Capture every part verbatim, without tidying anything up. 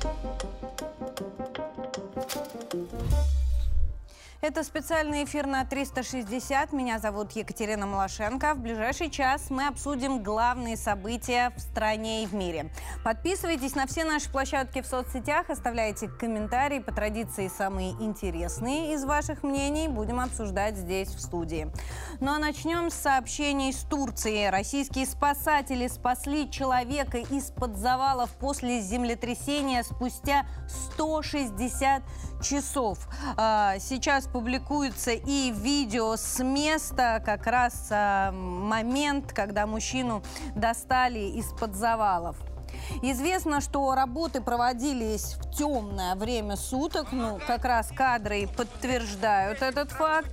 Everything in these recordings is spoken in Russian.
Это специальный эфир на триста шестьдесят. Меня зовут Екатерина Малашенко. В ближайший час мы обсудим главные события в стране и в мире. Подписывайтесь на все наши площадки в соцсетях, оставляйте комментарии. По традиции, самые интересные из ваших мнений будем обсуждать здесь, в студии. Ну а начнем с сообщений с Турции. Российские спасатели спасли человека из-под завалов после землетрясения спустя сто шестьдесят часов. Сейчас публикуется и видео с места, как раз момент, когда мужчину достали из-под завалов. Известно, что работы проводились в темное время суток. Ну, как раз кадры подтверждают этот факт.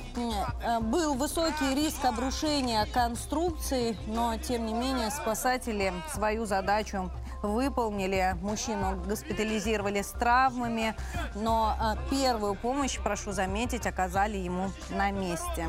Был высокий риск обрушения конструкции, но, тем не менее, спасатели свою задачу выполнили. Мужчину госпитализировали с травмами, но первую помощь, прошу заметить, оказали ему на месте.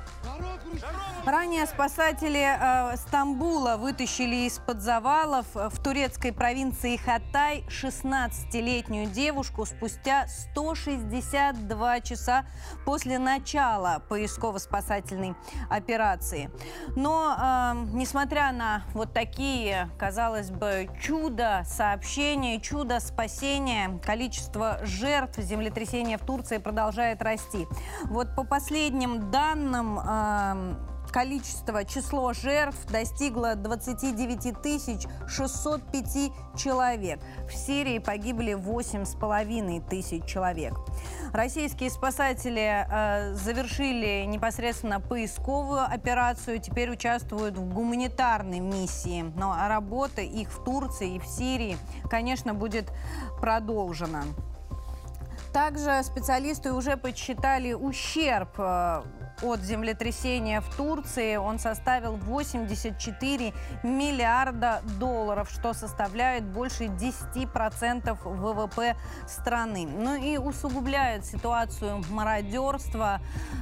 Ранее спасатели э, Стамбула вытащили из-под завалов в турецкой провинции Хатай шестнадцатилетнюю девушку спустя сто шестьдесят два часа после начала поисково-спасательной операции. Но, э, несмотря на вот такие, казалось бы, чудо сообщения, чудо спасения, количество жертв землетрясения в Турции продолжает расти. Вот по последним данным, э, количество, число жертв достигло двадцати девяти тысяч шестисот пяти человек. В Сирии погибли восемь с половиной тысяч человек. Российские спасатели э, завершили непосредственно поисковую операцию, теперь участвуют в гуманитарной миссии. Но работа их в Турции и в Сирии, конечно, будет продолжена. Также специалисты уже подсчитали ущерб э, от землетрясения в Турции. Он составил восемьдесят четыре миллиарда долларов, что составляет больше десяти процентов вэ вэ пэ страны. Ну и усугубляет ситуацию мародерства.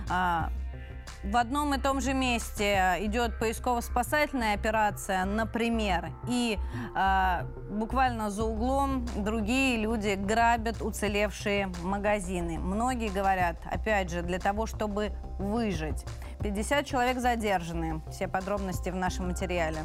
В одном и том же месте идет поисково-спасательная операция, например, и э, буквально за углом другие люди грабят уцелевшие магазины. Многие говорят, опять же, для того, чтобы выжить. пятьдесят человек задержаны. Все подробности в нашем материале.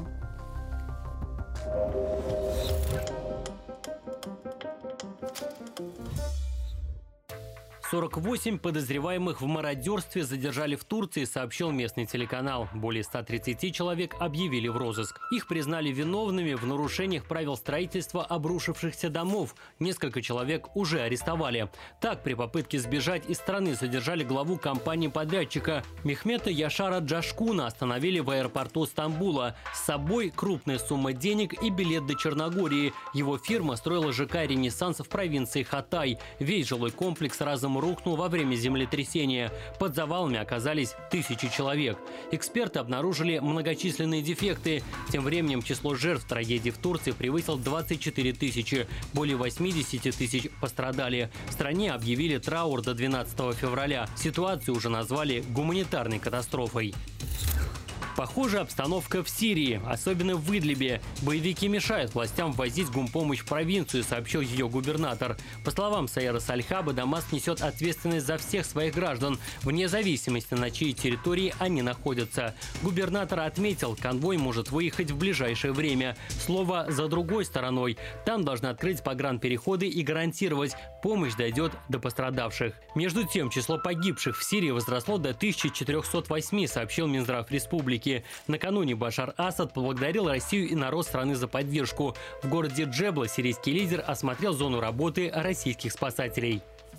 сорок восемь подозреваемых в мародерстве задержали в Турции, сообщил местный телеканал. Более ста тридцати человек объявили в розыск. Их признали виновными в нарушениях правил строительства обрушившихся домов. Несколько человек уже арестовали. Так, при попытке сбежать из страны задержали главу компании-подрядчика Мехмета Яшара Джашкуна, остановили в аэропорту Стамбула. С собой крупная сумма денег и билет до Черногории. Его фирма строила ЖК «Ренессанс» в провинции Хатай. Весь жилой комплекс разом рухнул во время землетрясения. Под завалами оказались тысячи человек. Эксперты обнаружили многочисленные дефекты. Тем временем число жертв трагедии в Турции превысил двадцать четыре тысячи. Более восьмидесяти тысяч пострадали. В стране объявили траур до двенадцатого февраля. Ситуацию уже назвали гуманитарной катастрофой. Похожая обстановка в Сирии, особенно в Идлибе. Боевики мешают властям ввозить гумпомощь в провинцию, сообщил ее губернатор. По словам Саера Сальхаба, Дамаск несет ответственность за всех своих граждан, вне зависимости, на чьей территории они находятся. Губернатор отметил, конвой может выехать в ближайшее время. Слово «за другой стороной». Там должны открыть погранпереходы и гарантировать, помощь дойдет до пострадавших. Между тем, число погибших в Сирии возросло до тысячи четырёхсот восьми, сообщил Минздрав республики. Накануне Башар Асад поблагодарил Россию и народ страны за поддержку. В городе Джебла сирийский лидер осмотрел зону работы российских спасателей.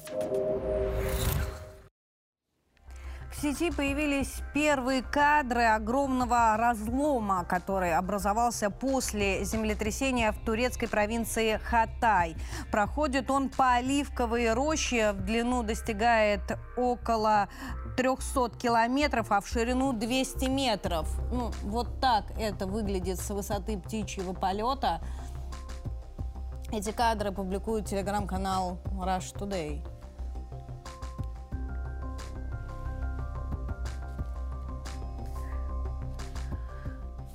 В сети появились первые кадры огромного разлома, который образовался после землетрясения в турецкой провинции Хатай. Проходит он по оливковой роще, в длину достигает около трёхсот километров, а в ширину двести метров. Ну, вот так это выглядит с высоты птичьего полета. Эти кадры публикует телеграм-канал Rush Today.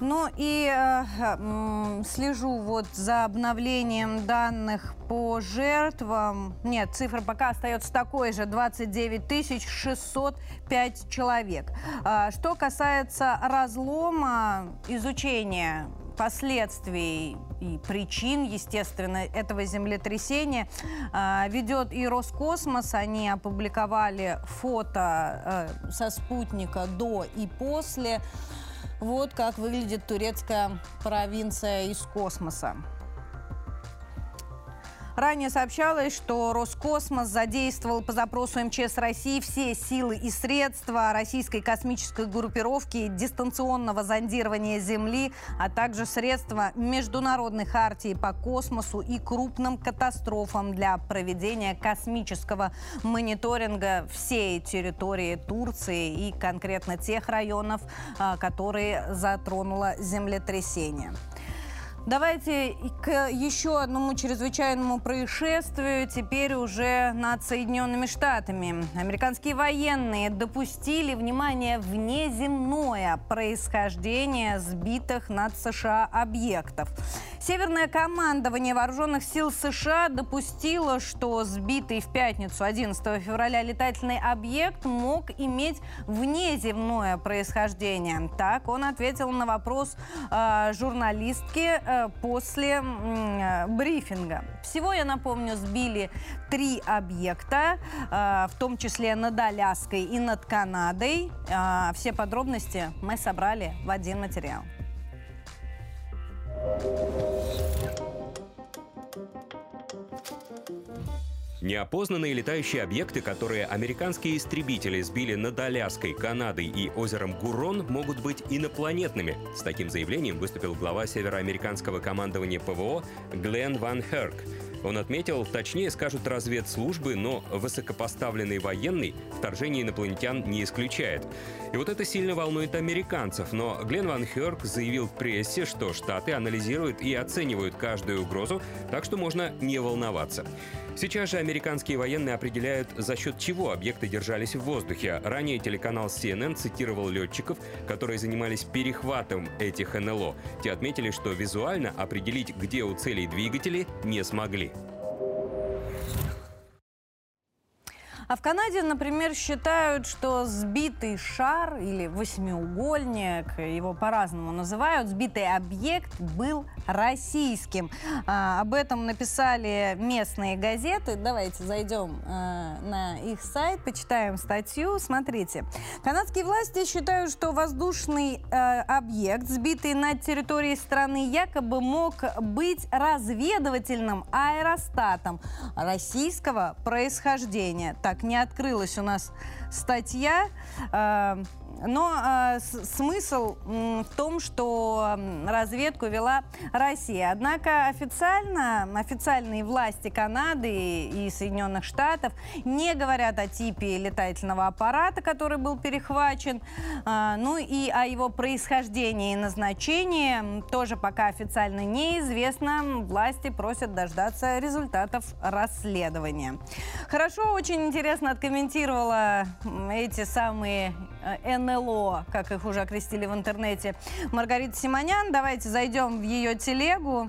Ну и э, слежу вот за обновлением данных по жертвам. Нет, цифра пока остается такой же, двадцать девять тысяч шестьсот пять человек. А, что касается разлома, изучения последствий и причин, естественно, этого землетрясения э, ведет и Роскосмос. Они опубликовали фото э, со спутника до и после. Вот как выглядит турецкая провинция из космоса. Ранее сообщалось, что Роскосмос задействовал по запросу эм че эс России все силы и средства российской космической группировки дистанционного зондирования Земли, а также средства Международной хартии по космосу и крупным катастрофам для проведения космического мониторинга всей территории Турции и конкретно тех районов, которые затронуло землетрясение. Давайте к еще одному чрезвычайному происшествию, теперь уже над Соединенными Штатами. Американские военные допустили, внимание, внеземное происхождение сбитых над США объектов. Северное командование вооруженных сил США допустило, что сбитый в пятницу одиннадцатого февраля летательный объект мог иметь внеземное происхождение. Так он ответил на вопрос э, журналистки после э, брифинга. Всего, я напомню, сбили три объекта, э, в том числе над Аляской и над Канадой. Э, все подробности мы собрали в один материал. Неопознанные летающие объекты, которые американские истребители сбили над Аляской, Канадой и озером Гурон, могут быть инопланетными. С таким заявлением выступил глава североамериканского командования ПВО Глен Ван Херк. Он отметил, точнее скажут разведслужбы, но высокопоставленный военный вторжение инопланетян не исключает. И вот это сильно волнует американцев. Но Глен Ван Херк заявил в прессе, что Штаты анализируют и оценивают каждую угрозу, так что можно не волноваться. Сейчас же американские военные определяют, за счет чего объекты держались в воздухе. Ранее телеканал си эн эн цитировал летчиков, которые занимались перехватом этих эн эл о. Те отметили, что визуально определить, где у целей двигатели, не смогли. А в Канаде, например, считают, что сбитый шар или восьмиугольник, его по-разному называют, сбитый объект был российским. А, об этом написали местные газеты. Давайте зайдем а, на их сайт, почитаем статью. Смотрите. Канадские власти считают, что воздушный а, объект, сбитый над территорией страны, якобы мог быть разведывательным аэростатом российского происхождения. Так, не открылась у нас статья, э, но э, смысл э, в том, что разведку вела Россия. Однако официально, официальные власти Канады и Соединенных Штатов не говорят о типе летательного аппарата, который был перехвачен, э, ну и о его происхождении и назначении тоже пока официально неизвестно. Власти просят дождаться результатов расследования. Хорошо, очень интересно откомментировала эти самые эн эл о, как их уже окрестили в интернете, Маргарита Симонян. Давайте зайдем в ее телегу.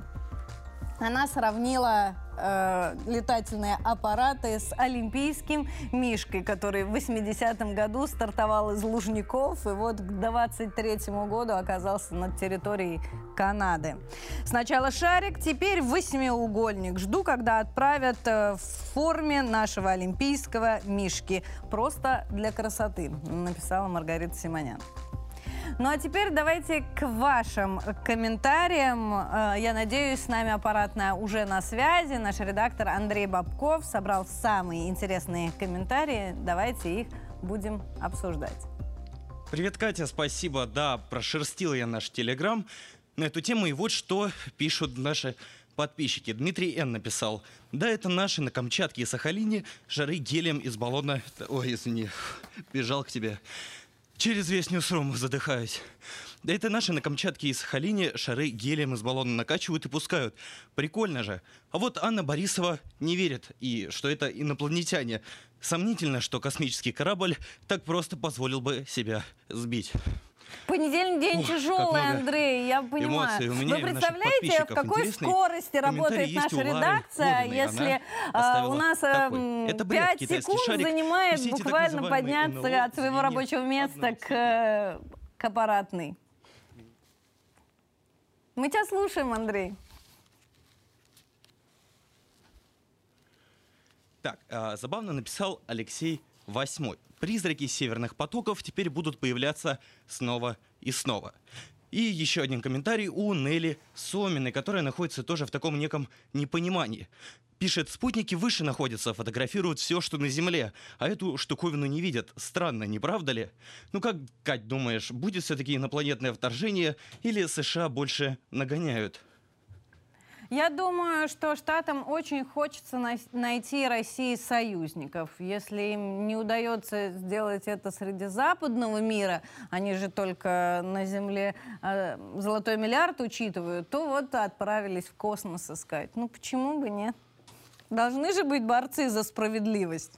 Она сравнила э, летательные аппараты с олимпийским мишкой, который в восьмидесятом году стартовал из Лужников и вот к двадцать третьему году оказался над территорией Канады. Сначала шарик, теперь восьмиугольник. Жду, когда отправят э, в форме нашего олимпийского мишки. Просто для красоты, написала Маргарита Симонян. Ну а теперь давайте к вашим комментариям. Я надеюсь, с нами аппаратная уже на связи. Наш редактор Андрей Бабков собрал самые интересные комментарии. Давайте их будем обсуждать. Привет, Катя, спасибо. Да, прошерстил я наш телеграм на эту тему. И вот что пишут наши подписчики. Дмитрий Н. написал. Да, это наши на Камчатке и Сахалине шары гелием из баллона... Ой, извини, бежал к тебе. Через весь ньюсрум задыхаюсь. Да это наши на Камчатке и Сахалине шары гелием из баллона накачивают и пускают. Прикольно же. А вот Анна Борисова не верит, и что это инопланетяне. Сомнительно, что космический корабль так просто позволил бы себя сбить. Понедельный день Ох, тяжелый, как много Андрей, я понимаю. эмоций у меня Вы и у наших представляете, в подписчиков. какой Интересный скорости работает комментарий есть наша у Лары редакция, Ходиной. если Она а, оставила у нас такой. Это бред, пять китайский секунд шарик. занимает Все эти так буквально называемые эн эл о подняться от своего звенья рабочего места одной к, э, к аппаратной. Мы тебя слушаем, Андрей. Так, а, забавно написал Алексей Восьмой. Призраки северных потоков теперь будут появляться снова и снова. И еще один комментарий у Нелли Соминой, которая находится тоже в таком неком непонимании. Пишет, спутники выше находятся, фотографируют все, что на Земле, а эту штуковину не видят. Странно, не правда ли? Ну как, Кать, думаешь, будет все-таки инопланетное вторжение или США больше нагоняют? Я думаю, что Штатам очень хочется найти России союзников. Если им не удается сделать это среди западного мира, они же только на Земле э, золотой миллиард учитывают, то вот отправились в космос искать. Ну почему бы нет? Должны же быть борцы за справедливость.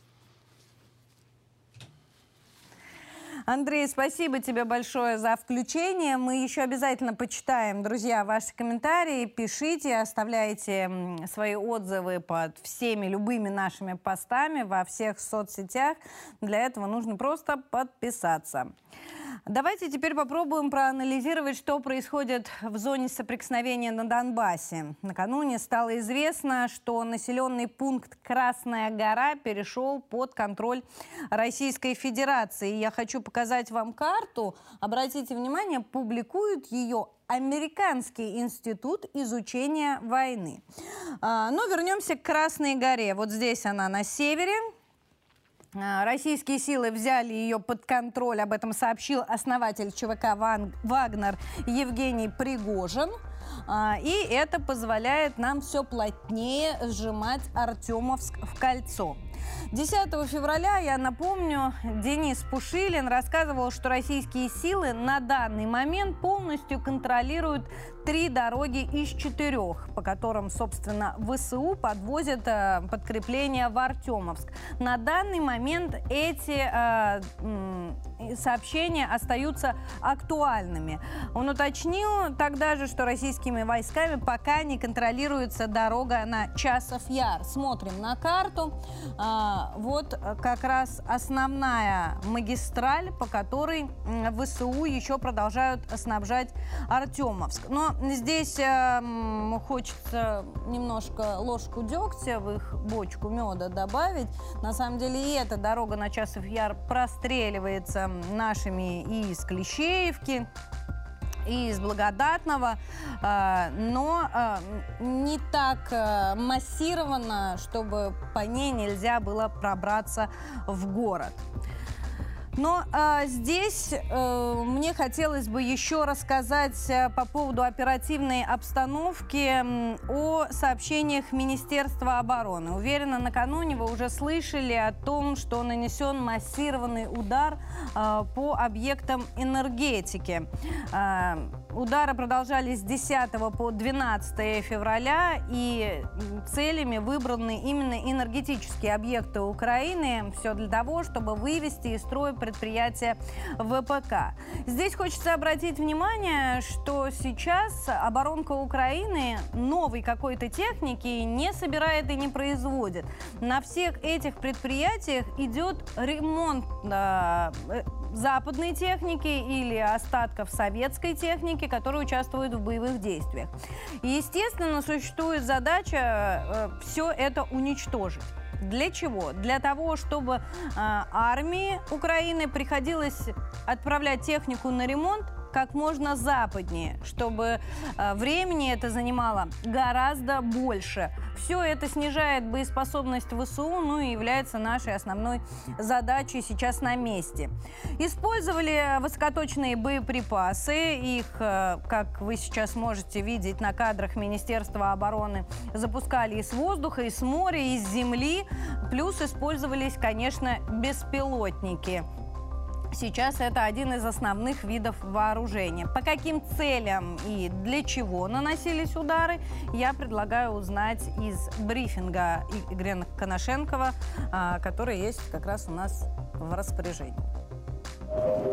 Андрей, спасибо тебе большое за включение. Мы еще обязательно почитаем, друзья, ваши комментарии. Пишите, оставляйте свои отзывы под всеми любыми нашими постами во всех соцсетях. Для этого нужно просто подписаться. Давайте теперь попробуем проанализировать, что происходит в зоне соприкосновения на Донбассе. Накануне стало известно, что населенный пункт Красная Гора перешел под контроль Российской Федерации. Я хочу показать вам карту. Обратите внимание, публикует ее Американский институт изучения войны. Но вернемся к Красной Горе. Вот здесь она на севере. Российские силы взяли ее под контроль, об этом сообщил основатель ЧВК «Вагнер» Евгений Пригожин. И это позволяет нам все плотнее сжимать Артемовск в кольцо. десятого февраля, я напомню, Денис Пушилин рассказывал, что российские силы на данный момент полностью контролируют три дороги из четырех, по которым, собственно, ВСУ подвозят э, подкрепления в Артемовск. На данный момент эти э, э, сообщения остаются актуальными. Он уточнил тогда же, что российскими войсками пока не контролируется дорога на Часов Яр. Смотрим на карту. Э, вот как раз основная магистраль, по которой ВСУ еще продолжают снабжать Артемовск. Но здесь э, хочется немножко ложку дегтя в их бочку меда добавить. На самом деле и эта дорога на Часов Яр простреливается нашими и из Клещеевки, и из Благодатного, э, но э, не так э, массированно, чтобы по ней нельзя было пробраться в город. Но э, здесь э, мне хотелось бы еще рассказать э, по поводу оперативной обстановки э, о сообщениях Министерства обороны. Уверена, накануне вы уже слышали о том, что нанесен массированный удар э, по объектам энергетики. Э, удары продолжались с десятого по двенадцатое февраля, и целями выбраны именно энергетические объекты Украины. Все для того, чтобы вывести из строя предприятия ВПК. Здесь хочется обратить внимание, что сейчас оборонка Украины новой какой-то техники не собирает и не производит. На всех этих предприятиях идет ремонт э, западной техники или остатков советской техники, которые участвуют в боевых действиях. И, естественно, существует задача э, все это уничтожить. Для чего? Для того, чтобы э, армии Украины приходилось отправлять технику на ремонт как можно западнее, чтобы э, времени это занимало гораздо больше. Все это снижает боеспособность ВСУ, ну и является нашей основной задачей сейчас на месте. Использовали высокоточные боеприпасы. Их, э, как вы сейчас можете видеть на кадрах Министерства обороны, запускали из воздуха, из моря, из земли. Плюс использовались, конечно, беспилотники. Сейчас это один из основных видов вооружения. По каким целям и для чего наносились удары, я предлагаю узнать из брифинга Игоря Коношенкова, который есть как раз у нас в распоряжении.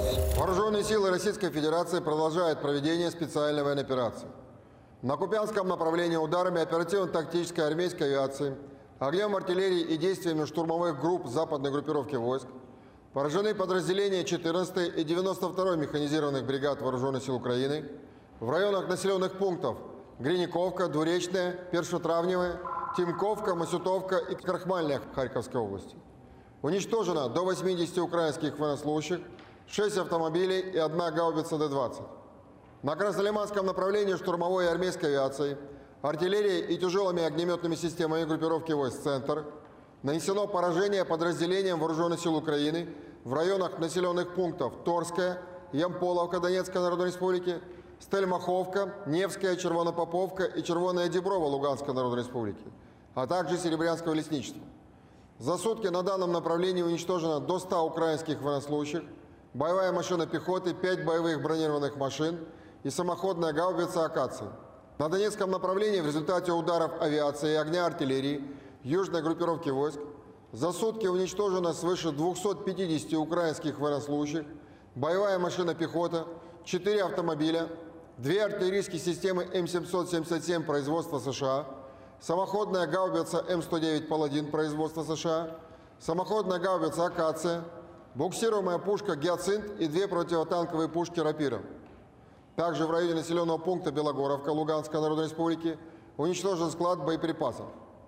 Вооруженные силы Российской Федерации продолжают проведение специальной военной операции. На Купянском направлении ударами оперативно-тактической армейской авиации, огнем артиллерии и действиями штурмовых групп западной группировки войск поражены подразделения четырнадцатой и девяносто второй механизированных бригад Вооруженных сил Украины в районах населенных пунктов Гриниковка, Двуречная, Першотравневая, Тимковка, Масютовка и Крахмальная Харьковской области. Уничтожено до восьмидесяти украинских военнослужащих, шесть автомобилей и одна гаубица Д двадцать. На Краснолиманском направлении штурмовой и армейской авиации, артиллерией и тяжелыми огнеметными системами группировки войск «Центр» нанесено поражение подразделениям Вооруженных сил Украины в районах населенных пунктов Торская, Ямполовка Донецкой Народной Республики, Стельмаховка, Невская, Червонопоповка и Червоная Деброва Луганской Народной Республики, а также Серебрянского лесничества. За сутки на данном направлении уничтожено до ста украинских военнослужащих, боевая машина пехоты, пять боевых бронированных машин и самоходная гаубица «Акация». На Донецком направлении в результате ударов авиации и огня артиллерии южной группировки войск за сутки уничтожено свыше двухсот пятидесяти украинских военнослужащих, боевая машина пехота, четыре автомобиля, две артиллерийские системы М семьсот семьдесят семь производства США, самоходная гаубица М сто девять «Паладин» производства США, самоходная гаубица «Акация», буксируемая пушка «Гиацинт» и две противотанковые пушки «Рапира». Также в районе населенного пункта Белогоровка Луганской Народной Республики уничтожен склад боеприпасов.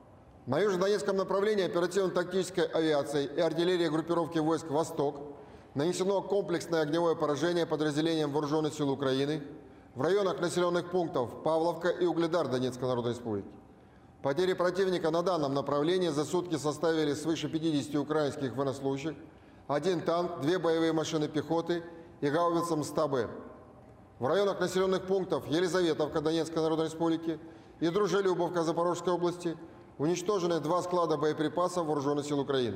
На южнодонецком направлении оперативно-тактической авиацией и артиллерии группировки войск «Восток» нанесено комплексное огневое поражение подразделениям Вооруженных сил Украины в районах населенных пунктов Павловка и Угледар Донецкой Народной Республики. Потери противника на данном направлении за сутки составили свыше пятидесяти украинских военнослужащих, один танк, две боевые машины пехоты и гаубица М сто Б. В районах населенных пунктов Елизаветовка Донецкой Народной Республики и Дружелюбовка Запорожской области уничтожены два склада боеприпасов Вооруженных сил Украины.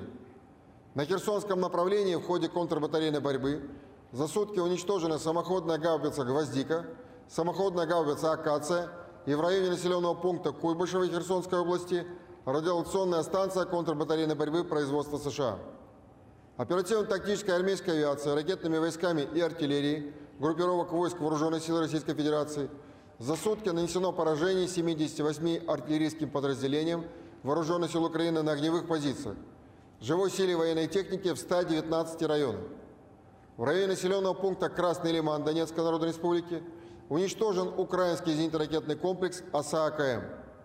На Херсонском направлении в ходе контрбатарейной борьбы за сутки уничтожена самоходная гаубица «Гвоздика», самоходная гаубица «Акация» и в районе населенного пункта Куйбышева Херсонской области радиолокационная станция контрбатарейной борьбы производства США. Оперативно-тактическая армейская авиация ракетными войсками и артиллерией группировок войск Вооруженных сил Российской Федерации за сутки нанесено поражение семидесяти восьми артиллерийским подразделениям Вооруженных сил Украины на огневых позициях, живой силе военной техники в ста девятнадцати районах. В районе населенного пункта Красный Лиман Донецкой Народной Республики уничтожен украинский зенитно-ракетный комплекс ОСА-АКМ.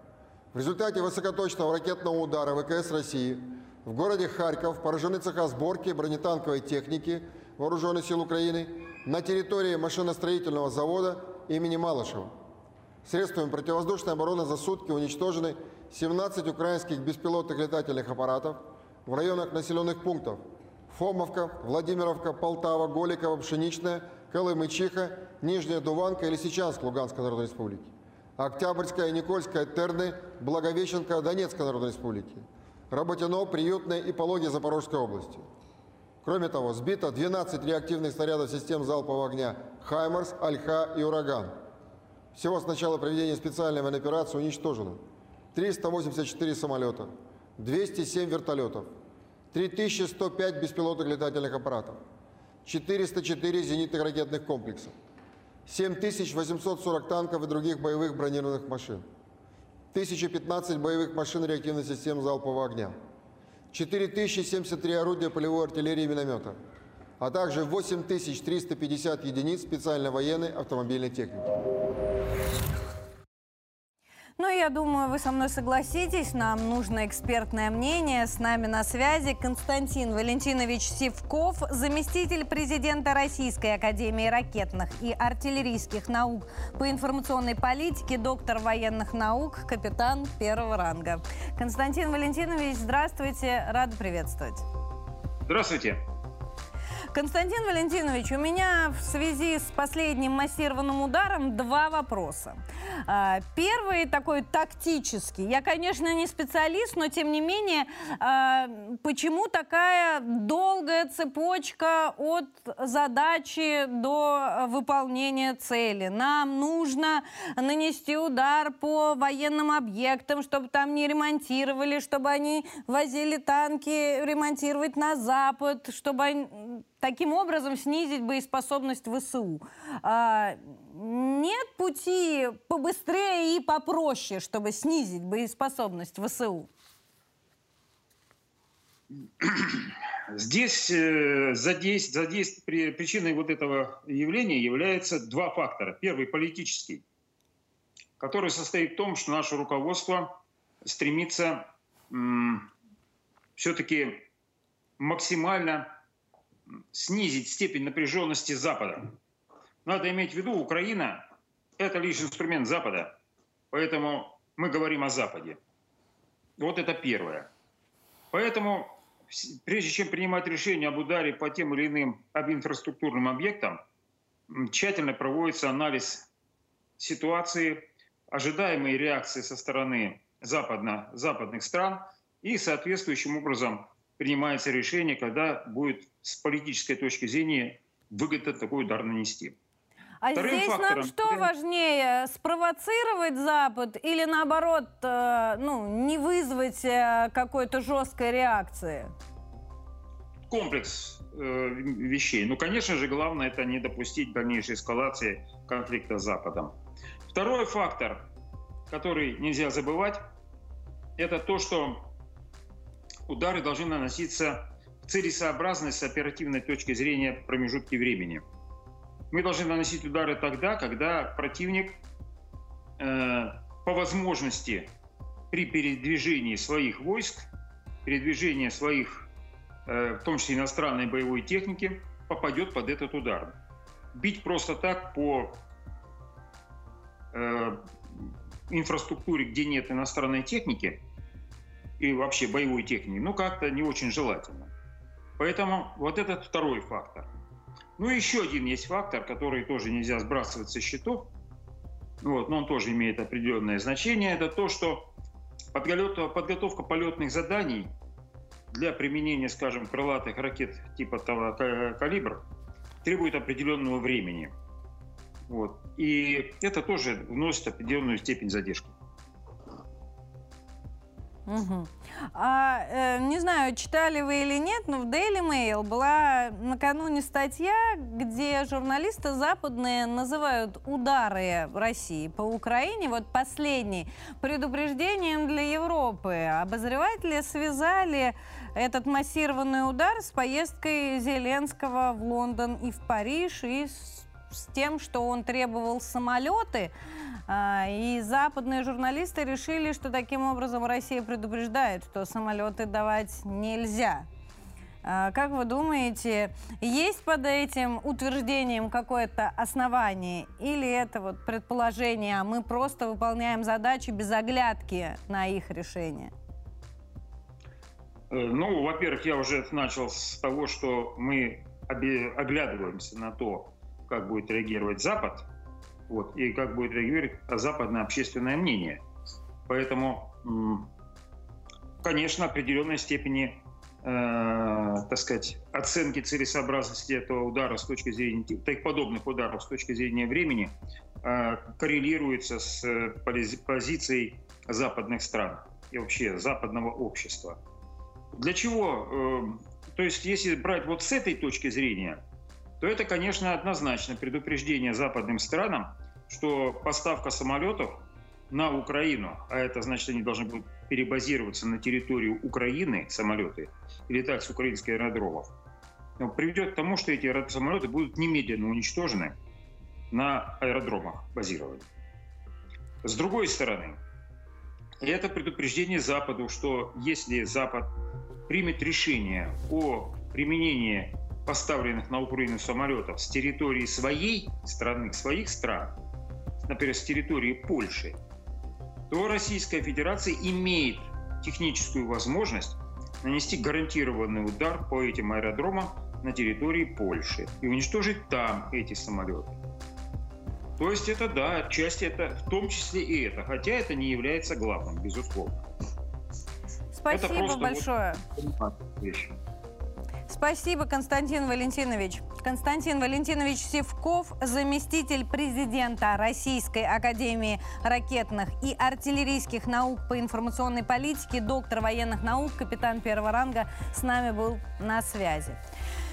В результате высокоточного ракетного удара ВКС России в городе Харьков поражены цеха сборки бронетанковой техники Вооруженных сил Украины на территории машиностроительного завода имени Малышева. Средствами противовоздушной обороны за сутки уничтожены семнадцать украинских беспилотных летательных аппаратов в районах населенных пунктов Фомовка, Владимировка, Полтава, Голиково, Пшеничная, Колымычиха, Нижняя Дуванка и Лисичанск Луганской Народной Республики, Октябрьская, Никольская, Терны, Благовещенка Донецкой Народной Республики, Работино, Приютная и Пологи Запорожской области. Кроме того, сбито двенадцать реактивных снарядов систем залпового огня «Хаймарс», «Альха» и «Ураган». Всего с начала проведения специальной военной операции уничтожено триста восемьдесят четыре самолета, двести семь вертолетов, три тысячи сто пять беспилотных летательных аппаратов, четыреста четыре зенитных ракетных комплексов, семь тысяч восемьсот сорок танков и других боевых бронированных машин, тысяча пятнадцать боевых машин реактивных систем залпового огня, четыре тысячи семьдесят три орудия полевой артиллерии и миномета, а также восемь тысяч триста пятьдесят единиц специальной военной автомобильной техники. Ну, я думаю, вы со мной согласитесь, нам нужно экспертное мнение. С нами на связи Константин Валентинович Сивков, заместитель президента Российской академии ракетных и артиллерийских наук по информационной политике, доктор военных наук, капитан первого ранга. Константин Валентинович, здравствуйте, рада приветствовать. Здравствуйте. Константин Валентинович, у меня в связи с последним массированным ударом два вопроса. Первый такой тактический. Я, конечно, не специалист, но тем не менее, почему такая долгая цепочка от задачи до выполнения цели? Нам нужно нанести удар по военным объектам, чтобы там не ремонтировали, чтобы они возили танки ремонтировать на Запад, чтобы они... таким образом снизить боеспособность ВСУ. А, нет пути побыстрее и попроще, чтобы снизить боеспособность ВСУ? Здесь э, задейств, задейств, при, причиной вот этого явления являются два фактора. Первый – политический, который состоит в том, что наше руководство стремится все-таки максимально снизить степень напряженности Запада. Надо иметь в виду, Украина – это лишь инструмент Запада, поэтому мы говорим о Западе. Вот это первое. Поэтому, прежде чем принимать решение об ударе по тем или иным об инфраструктурным объектам, тщательно проводится анализ ситуации, ожидаемые реакции со стороны западно, западных стран, и соответствующим образом принимается решение, когда будет с политической точки зрения выгодно такой удар нанести. А Вторым здесь фактором, нам что важнее, спровоцировать Запад или наоборот, э, ну, не вызвать э, какой-то жесткой реакции? Комплекс э, вещей. Ну, конечно же, главное это не допустить дальнейшей эскалации конфликта с Западом. Второй фактор, который нельзя забывать, это то, что удары должны наноситься в целесообразной с оперативной точки зрения промежутки времени. Мы должны наносить удары тогда, когда противник э, по возможности при передвижении своих войск, передвижении своих, э, в том числе иностранной боевой техники, попадет под этот удар. Бить просто так по э, инфраструктуре, где нет иностранной техники и вообще боевой техники, ну как-то не очень желательно. Поэтому вот этот второй фактор. Ну и еще один есть фактор, который тоже нельзя сбрасывать со счетов, вот, но он тоже имеет определенное значение. Это то, что подготовка, подготовка полетных заданий для применения, скажем, крылатых ракет типа того калибра требует определенного времени. Вот. И это тоже вносит определенную степень задержки. Угу. А, э, не знаю, читали вы или нет, но в Daily Mail была накануне статья, где журналисты западные называют удары России по Украине, вот последний, предупреждением для Европы. Обозреватели связали этот массированный удар с поездкой Зеленского в Лондон и в Париж, и с, с тем, что он требовал самолеты. И западные журналисты решили, что таким образом Россия предупреждает, что самолеты давать нельзя. Как вы думаете, есть под этим утверждением какое-то основание? Или это вот предположение, а мы просто выполняем задачи без оглядки на их решение? Ну, во-первых, я уже начал с того, что мы оглядываемся на то, как будет реагировать Запад. Вот, и как будет реагировать западное общественное мнение. Поэтому, конечно, определенной степени, э, так сказать, оценки целесообразности этого удара с точки зрения, таких подобных ударов с точки зрения времени э, коррелируется с позицией западных стран и вообще западного общества. Для чего? Э, то есть, если брать вот с этой точки зрения, то это, конечно, однозначно предупреждение западным странам, что поставка самолетов на Украину, а это значит, они должны будут перебазироваться на территорию Украины, самолеты, и летать с украинских аэродромов, приведет к тому, что эти самолеты будут немедленно уничтожены на аэродромах базирования. С другой стороны, это предупреждение Западу, что если Запад примет решение о применении поставленных на Украину самолетов с территории своей страны, своих стран, например, с территории Польши, то Российская Федерация имеет техническую возможность нанести гарантированный удар по этим аэродромам на территории Польши и уничтожить там эти самолеты. То есть это, да, отчасти это, в том числе и это, хотя это не является главным, безусловно. Спасибо большое. Вот Спасибо, Константин Валентинович. Константин Валентинович Сивков, заместитель президента Российской академии ракетных и артиллерийских наук по информационной политике, доктор военных наук, капитан первого ранга, с нами был на связи.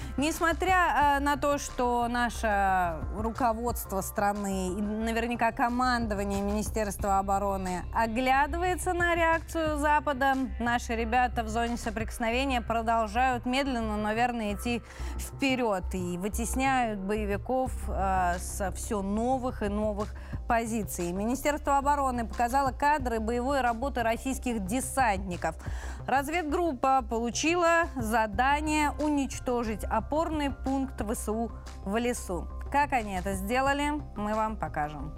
Несмотря на то, что наше руководство страны и наверняка командование Министерства обороны оглядывается на реакцию Запада, наши ребята в зоне соприкосновения продолжают медленно, но верно идти вперед и вытесняют боевиков э, с все новых и новых позиций. Министерство обороны показало кадры боевой работы российских десантников. Разведгруппа получила задание уничтожить опорный пункт ВСУ в лесу. Как они это сделали, мы вам покажем.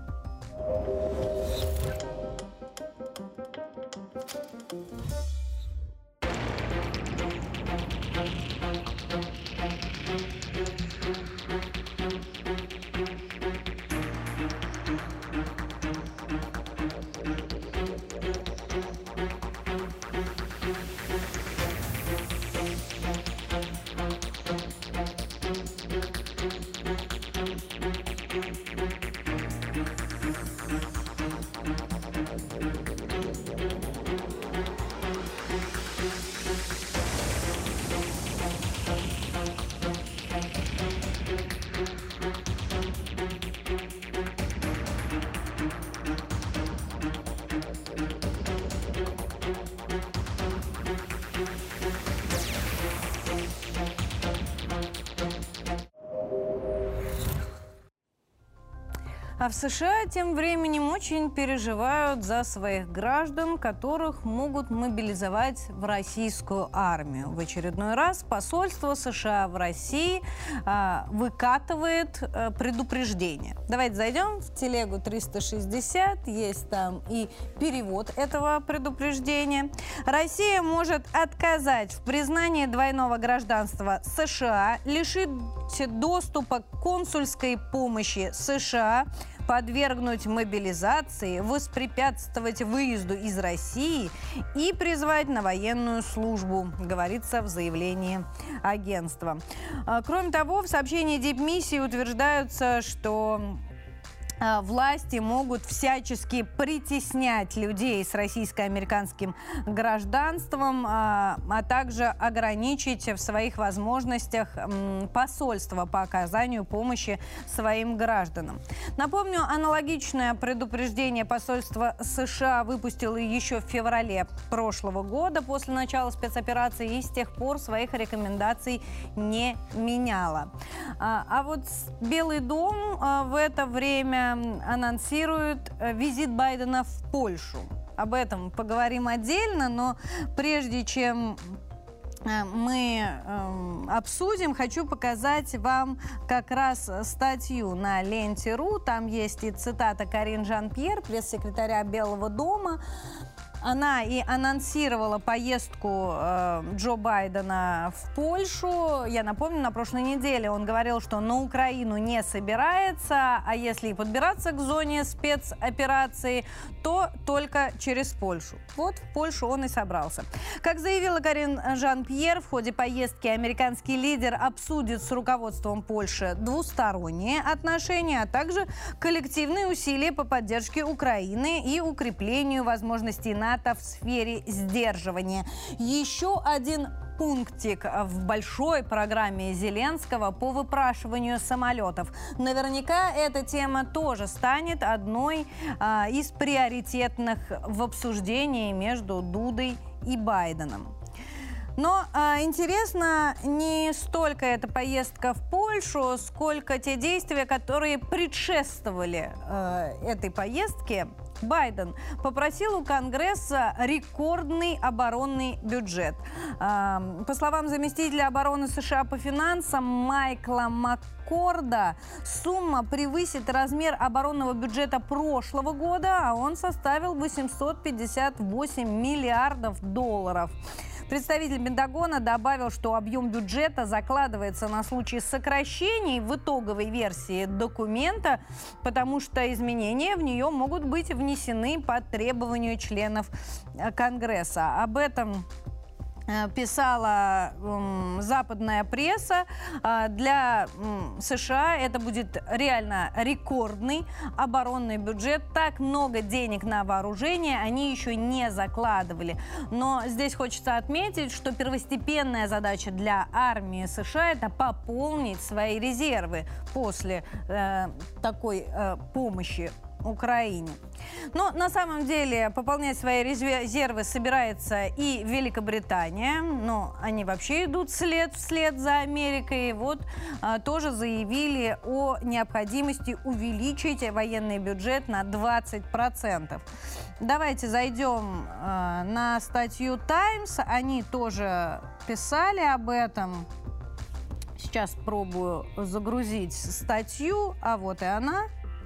А в США тем временем очень переживают за своих граждан, которых могут мобилизовать в российскую армию. В очередной раз посольство США в России а, выкатывает а, предупреждение. Давайте зайдем в телегу триста шестьдесят, есть там и перевод этого предупреждения. Россия может отказать в признании двойного гражданства США, лишить доступа к консульской помощи США, подвергнуть мобилизации, воспрепятствовать выезду из России и призвать на военную службу, говорится в заявлении агентства. Кроме того, в сообщении дипмиссии утверждается, что власти могут всячески притеснять людей с российско-американским гражданством, а, а также ограничить в своих возможностях посольства по оказанию помощи своим гражданам. Напомню, аналогичное предупреждение посольство США выпустило еще в феврале прошлого года после начала спецоперации и с тех пор своих рекомендаций не меняло. А, а вот Белый дом а, в это время анонсирует визит Байдена в Польшу. Об этом поговорим отдельно, но прежде чем мы э, обсудим, хочу показать вам как раз статью на ленте точка ру. Там есть и цитата Карин Жан-Пьер, пресс-секретаря Белого дома. Она и анонсировала поездку э, Джо Байдена в Польшу. Я напомню, на прошлой неделе он говорил, что на Украину не собирается, а если и подбираться к зоне спецоперации, то только через Польшу. Вот в Польшу он и собрался. Как заявила Карин Жан-Пьер, в ходе поездки американский лидер обсудит с руководством Польши двусторонние отношения, а также коллективные усилия по поддержке Украины и укреплению возможностей НАТО в сфере сдерживания. Еще один пунктик в большой программе Зеленского по выпрашиванию самолетов. Наверняка эта тема тоже станет одной а, из приоритетных в обсуждении между Дудой и Байденом. Но э, интересно не столько эта поездка в Польшу, сколько те действия, которые предшествовали э, этой поездке. Байден попросил у Конгресса рекордный оборонный бюджет. Э, по словам заместителя обороны США по финансам Майкла Маккорда, сумма превысит размер оборонного бюджета прошлого года, а он составил восемьсот пятьдесят восемь миллиардов долларов. Представитель Пентагона добавил, что объем бюджета закладывается на случай сокращений в итоговой версии документа, потому что изменения в нее могут быть внесены по требованию членов Конгресса. Об этом писала м, западная пресса, а, для м, США это будет реально рекордный оборонный бюджет. Так много денег на вооружение они еще не закладывали. Но здесь хочется отметить, что первостепенная задача для армии США – это пополнить свои резервы после э, такой э, помощи Украине. Но на самом деле пополнять свои резервы собирается и Великобритания, но они вообще идут след вслед за Америкой. И вот а, тоже заявили о необходимости увеличить военный бюджет на двадцать процентов. Давайте зайдем а, на статью Times. Они тоже писали об этом. Сейчас пробую загрузить статью, а вот и она.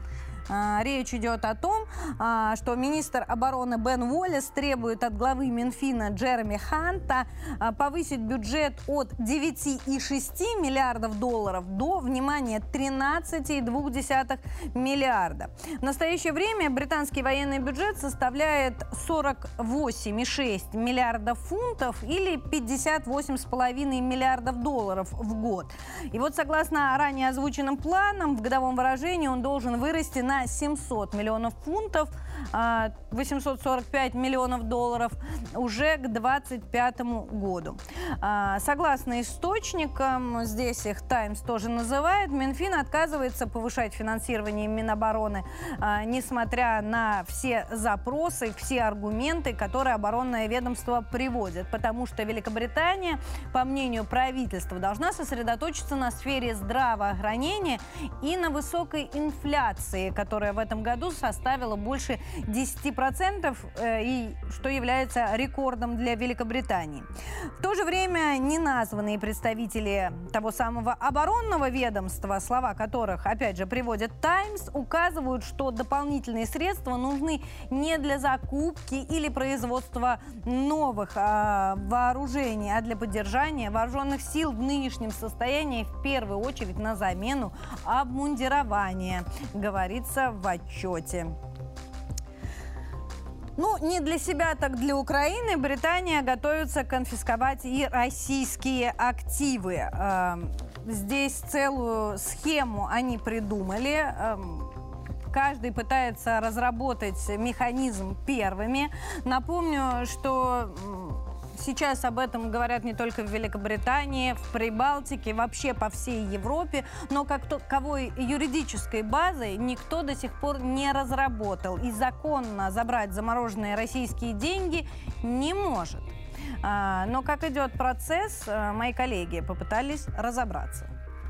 Речь идет о том, что министр обороны Бен Уоллес требует от главы Минфина Джереми Ханта повысить бюджет от девяти и шести миллиардов долларов до, внимание, тринадцати и двух десятых миллиарда. В настоящее время британский военный бюджет составляет сорок восемь и шесть миллиардов фунтов или пятьдесят восемь и пять миллиардов долларов в год. И вот согласно ранее озвученным планам, в годовом выражении он должен вырасти на семьсот миллионов фунтов, восемьсот сорок пять миллионов долларов уже к двадцать пятому году. Согласно источникам, здесь их Times тоже называет, Минфин отказывается повышать финансирование Минобороны, несмотря на все запросы, все аргументы, которые оборонное ведомство приводит, потому что Великобритания, по мнению правительства, должна сосредоточиться на сфере здравоохранения и на высокой инфляции, которая в этом году составила больше десяти процентов, и что является рекордом для Великобритании. В то же время неназванные представители того самого оборонного ведомства, слова которых, опять же, приводит Times, указывают, что дополнительные средства нужны не для закупки или производства новых а, вооружений, а для поддержания вооруженных сил в нынешнем состоянии, в первую очередь на замену обмундирования, говорится в отчете. Ну, не для себя, так для Украины Британия готовится конфисковать и российские активы. Здесь целую схему они придумали. Каждый пытается разработать механизм первыми. Напомню, что сейчас об этом говорят не только в Великобритании, в Прибалтике, вообще по всей Европе, но как таковой юридической базой никто до сих пор не разработал. И законно забрать замороженные российские деньги не может. Но как идет процесс, мои коллеги попытались разобраться.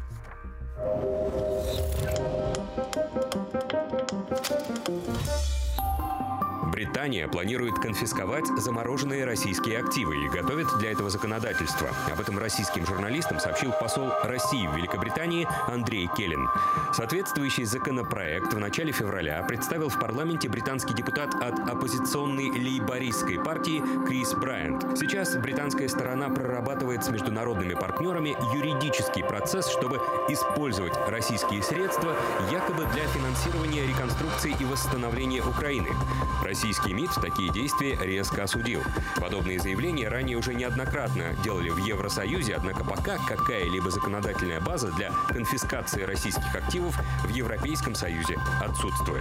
Британия планирует конфисковать замороженные российские активы и готовит для этого законодательство. Об этом российским журналистам сообщил посол России в Великобритании Андрей Келлин. Соответствующий законопроект в начале февраля представил в парламенте британский депутат от оппозиционной лейбористской партии Крис Брайант. Сейчас британская сторона прорабатывает с международными партнерами юридический процесс, чтобы использовать российские средства якобы для финансирования реконструкции и восстановления Украины. Российский МИД такие действия резко осудил. Подобные заявления ранее уже неоднократно делали в Евросоюзе, однако пока какая-либо законодательная база для конфискации российских активов в Европейском Союзе отсутствует.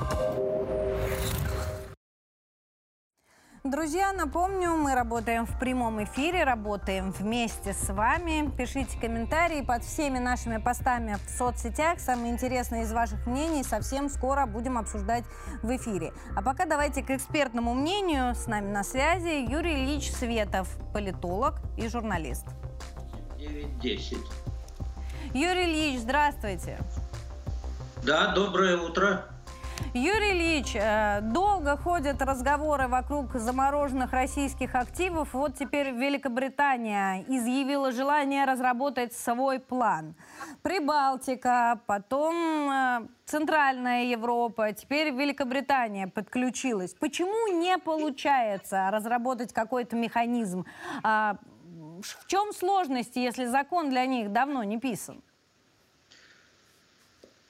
Друзья, напомню, мы работаем в прямом эфире, работаем вместе с вами. Пишите комментарии под всеми нашими постами в соцсетях. Самые интересные из ваших мнений совсем скоро будем обсуждать в эфире. А пока давайте к экспертному мнению. С нами на связи Юрий Ильич Светов, политолог и журналист. девять десять. Юрий Ильич, здравствуйте. Да, доброе утро. Юрий Ильич, долго ходят разговоры вокруг замороженных российских активов. Вот теперь Великобритания изъявила желание разработать свой план. Прибалтика, потом Центральная Европа, теперь Великобритания подключилась. Почему не получается разработать какой-то механизм? В чем сложность, если закон для них давно не писан?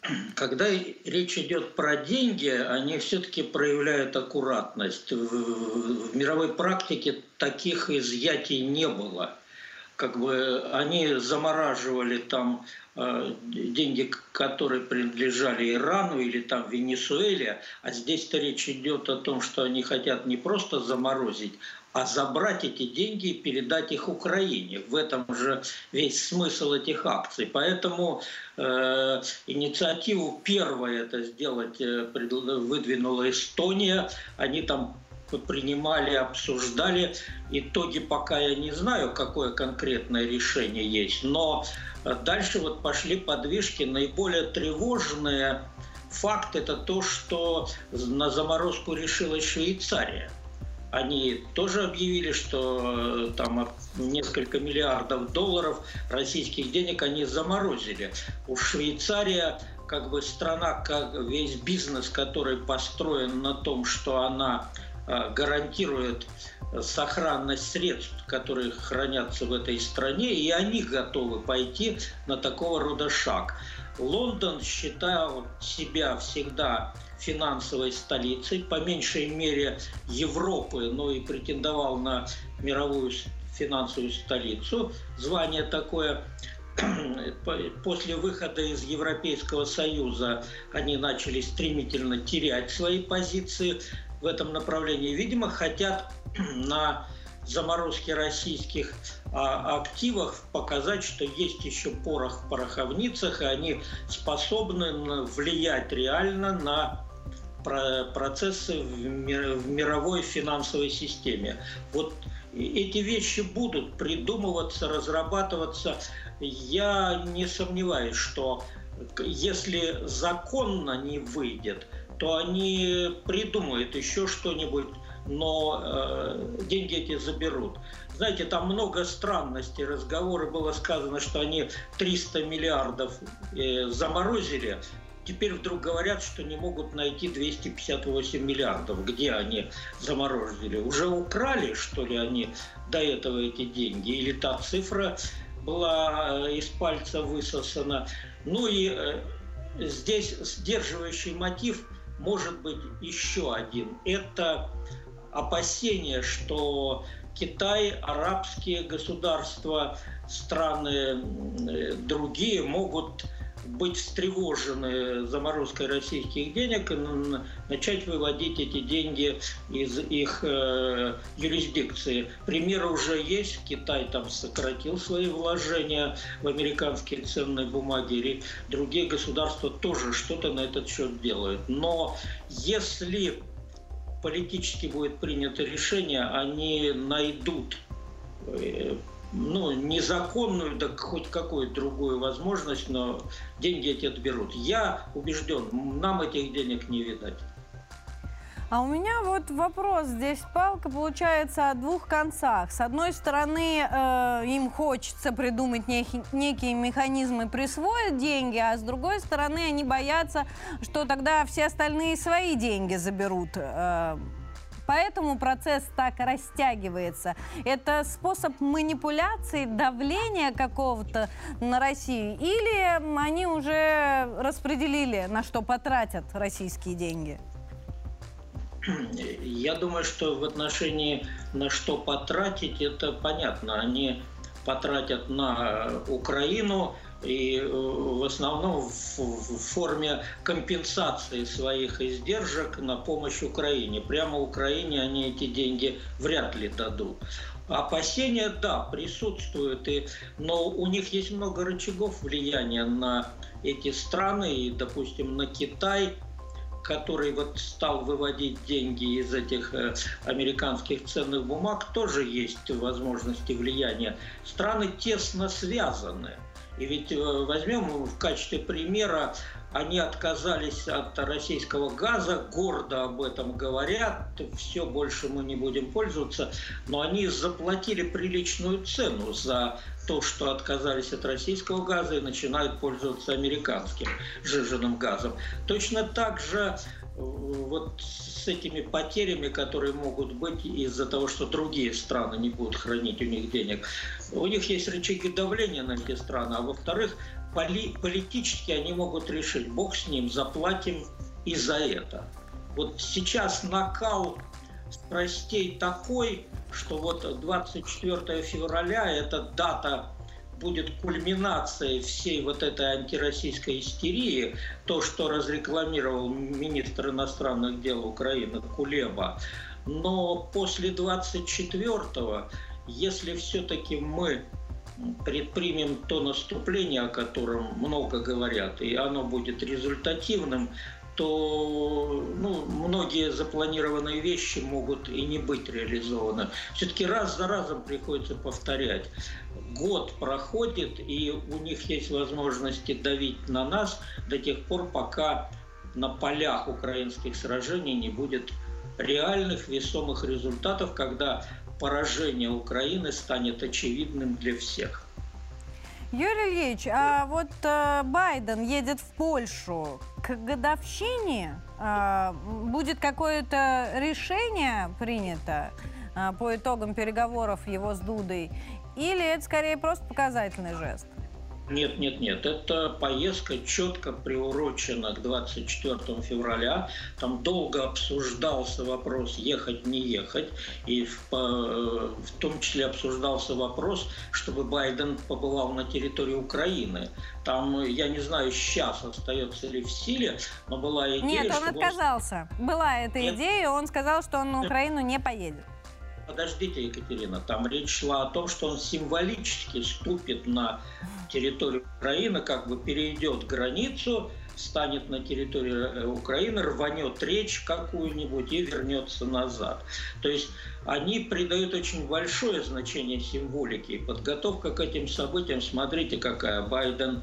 когда речь идет про деньги, они все-таки проявляют аккуратность. В, в мировой практике таких изъятий не было. Как бы они замораживали там э, деньги, которые принадлежали Ирану или там Венесуэле, а здесь-то речь идет о том, что они хотят не просто заморозить, а забрать эти деньги и передать их Украине. В этом же весь смысл этих акций. Поэтому э, инициативу первой это сделать э, выдвинула Эстония. Они там принимали, обсуждали. Итоги пока я не знаю, какое конкретное решение есть. Но дальше вот пошли подвижки. Наиболее тревожные факт – это то, что на заморозку решилась Швейцария. Они тоже объявили, что там несколько миллиардов долларов российских денег они заморозили. У Швейцария как бы страна, как весь бизнес, который построен на том, что она гарантирует сохранность средств, которые хранятся в этой стране, и они готовы пойти на такого рода шаг. Лондон считал себя всегда финансовой столицей, по меньшей мере Европы, но и претендовал на мировую финансовую столицу. Звание такое. После выхода из Европейского Союза они начали стремительно терять свои позиции в этом направлении. Видимо, хотят на заморозке российских а, активах показать, что есть еще порох в пороховницах, и они способны влиять реально на процессы в, мир, в мировой финансовой системе. Вот эти вещи будут придумываться, разрабатываться. Я не сомневаюсь, что если законно не выйдет, то они придумают еще что-нибудь, но э, деньги эти заберут. Знаете, там много странностей. Разговоры было сказано, что они триста миллиардов э, заморозили. Теперь вдруг говорят, что не могут найти двести пятьдесят восемь миллиардов. Где они заморозили? Уже украли, что ли, они до этого эти деньги? Или та цифра была из пальца высосана? Ну и э, здесь сдерживающий мотив может быть еще один. Это опасение, что Китай, арабские государства, страны другие могут быть встревожены заморозкой российских денег и начать выводить эти деньги из их э, юрисдикции. Примеры уже есть. Китай там сократил свои вложения в американские ценные бумаги. И другие государства тоже что-то на этот счет делают. Но если политически будет принято решение, они найдут э, ну, незаконную, да хоть какую-то другую возможность, но деньги эти отберут. Я убежден, нам этих денег не видать. А у меня вот вопрос. Здесь палка получается о двух концах. С одной стороны, э, им хочется придумать некие, некие механизмы присвоить деньги, а с другой стороны, они боятся, что тогда все остальные свои деньги заберут. Э, Поэтому процесс так растягивается. Это способ манипуляции, давления какого-то на Россию? Или они уже распределили, на что потратят российские деньги? Я думаю, что в отношении на что потратить, это понятно. Они потратят на Украину, и в основном в форме компенсации своих издержек на помощь Украине. Прямо Украине они эти деньги вряд ли дадут. Опасения, да, присутствуют, и, но у них есть много рычагов влияния на эти страны, и, допустим, на Китай, который вот стал выводить деньги из этих э, американских ценных бумаг, тоже есть возможности влияния. Страны тесно связаны. И ведь возьмем в качестве примера, они отказались от российского газа, гордо об этом говорят, все, больше мы не будем пользоваться, но они заплатили приличную цену за то, что отказались от российского газа и начинают пользоваться американским сжиженным газом. Точно так же вот с этими потерями, которые могут быть из-за того, что другие страны не будут хранить у них денег. У них есть рычаги давления на эти страны, а во-вторых, поли политически они могут решить, бог с ним, заплатим и за это. Вот сейчас накал страстей такой, что вот двадцать четвёртого февраля эта дата будет кульминацией всей вот этой антироссийской истерии, то, что разрекламировал министр иностранных дел Украины Кулеба. Но после двадцать четвёртого, если все-таки мы предпримем то наступление, о котором много говорят, и оно будет результативным, то ну, многие запланированные вещи могут и не быть реализованы. Все-таки раз за разом приходится повторять. Год проходит, и у них есть возможности давить на нас до тех пор, пока на полях украинских сражений не будет реальных весомых результатов, когда поражение Украины станет очевидным для всех. Юрий Ильич, а вот э, Байден едет в Польшу. К годовщине э, будет какое-то решение принято э, по итогам переговоров его с Дудой? Или это скорее просто показательный жест? Нет, нет, нет. Эта поездка четко приурочена к двадцать четвёртому февраля. Там долго обсуждался вопрос ехать, не ехать. И в, в том числе обсуждался вопрос, чтобы Байден побывал на территории Украины. Там, я не знаю, сейчас остается ли в силе, но была идея... Нет, он отказался. Он... Была эта нет. идея, он сказал, что он на Украину не поедет. Подождите, Екатерина, там речь шла о том, что он символически ступит на территорию Украины, как бы перейдет границу, станет на территории Украины, рванет речь какую-нибудь и вернется назад. То есть они придают очень большое значение символике. И подготовка к этим событиям, смотрите, какая. Байден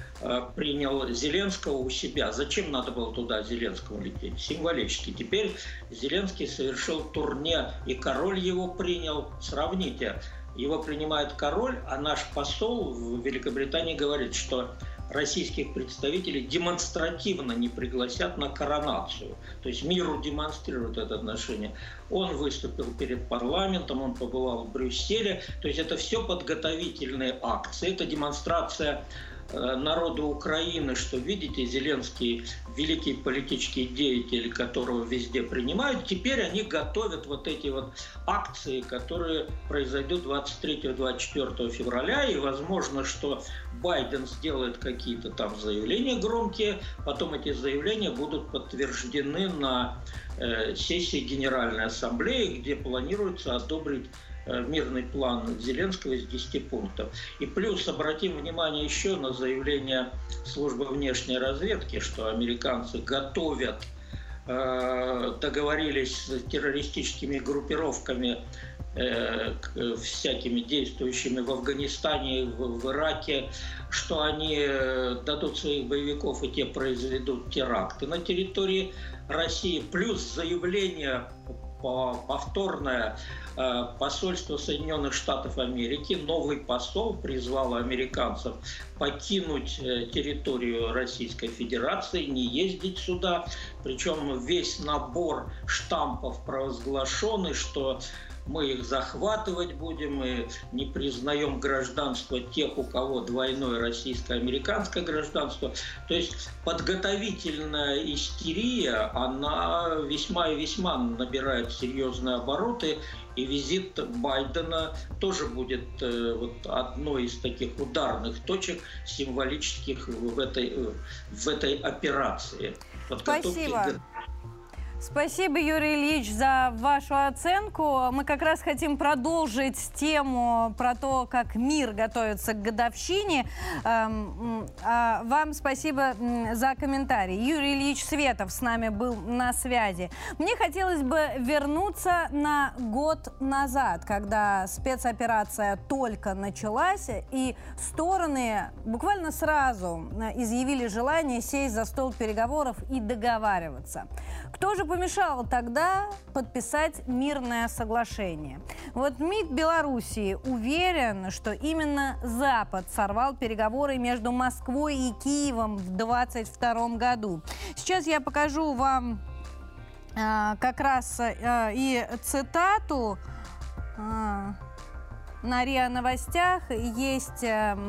принял Зеленского у себя. Зачем надо было туда Зеленскому лететь? Символически. Теперь Зеленский совершил турне, и король его принял. Сравните. Его принимает король, а наш посол в Великобритании говорит, что российских представителей демонстративно не пригласят на коронацию. То есть миру демонстрируют это отношение. Он выступил перед парламентом, он побывал в Брюсселе. То есть это все подготовительные акции, это демонстрация народу Украины, что, видите, Зеленский, великий политический деятель, которого везде принимают, теперь они готовят вот эти вот акции, которые произойдут двадцать третьего — двадцать четвёртого февраля, и возможно, что Байден сделает какие-то там заявления громкие, потом эти заявления будут подтверждены на э, сессии Генеральной Ассамблеи, где планируется одобрить мирный план Зеленского из десяти пунктов. И плюс обратим внимание еще на заявление службы внешней разведки, что американцы готовят, э, договорились с террористическими группировками, э, всякими действующими в Афганистане, в, в Ираке, что они дадут своих боевиков, и те произведут теракты на территории России. Плюс заявление повторное. Посольство Соединенных Штатов Америки, новый посол призвал американцев покинуть территорию Российской Федерации, не ездить сюда. Причем весь набор штампов провозглашенный, что мы их захватывать будем, и не признаем гражданство тех, у кого двойное российско-американское гражданство. То есть подготовительная истерия, она весьма и весьма набирает серьезные обороты, и визит Байдена тоже будет э, вот одной из таких ударных точек символических в этой, в этой операции. Спасибо. Спасибо, Юрий Ильич, за вашу оценку. Мы как раз хотим продолжить тему про то, как мир готовится к годовщине. Вам спасибо за комментарий. Юрий Ильич Светов с нами был на связи. Мне хотелось бы вернуться на год назад, когда спецоперация только началась, и стороны буквально сразу изъявили желание сесть за стол переговоров и договариваться. Кто же помешало тогда подписать мирное соглашение? Вот МИД Белоруссии уверен, что именно Запад сорвал переговоры между Москвой и Киевом в двадцать втором году. Сейчас я покажу вам как раз и цитату на РИА Новостях. Есть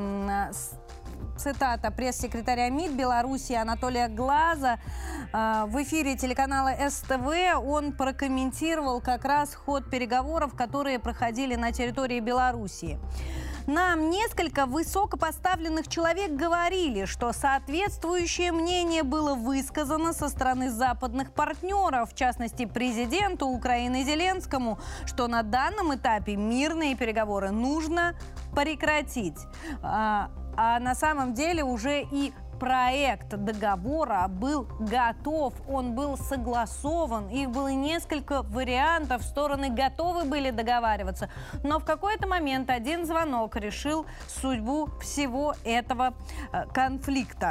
цитата пресс-секретаря МИД Беларуси Анатолия Глаза. В эфире телеканала СТВ он прокомментировал как раз ход переговоров, которые проходили на территории Беларуси. Нам несколько высокопоставленных человек говорили, что соответствующее мнение было высказано со стороны западных партнеров, в частности президенту Украины Зеленскому, что на данном этапе мирные переговоры нужно прекратить. А, а на самом деле уже и проект договора был готов, он был согласован, их было несколько вариантов, стороны готовы были договариваться, но в какой-то момент один звонок решил судьбу всего этого конфликта.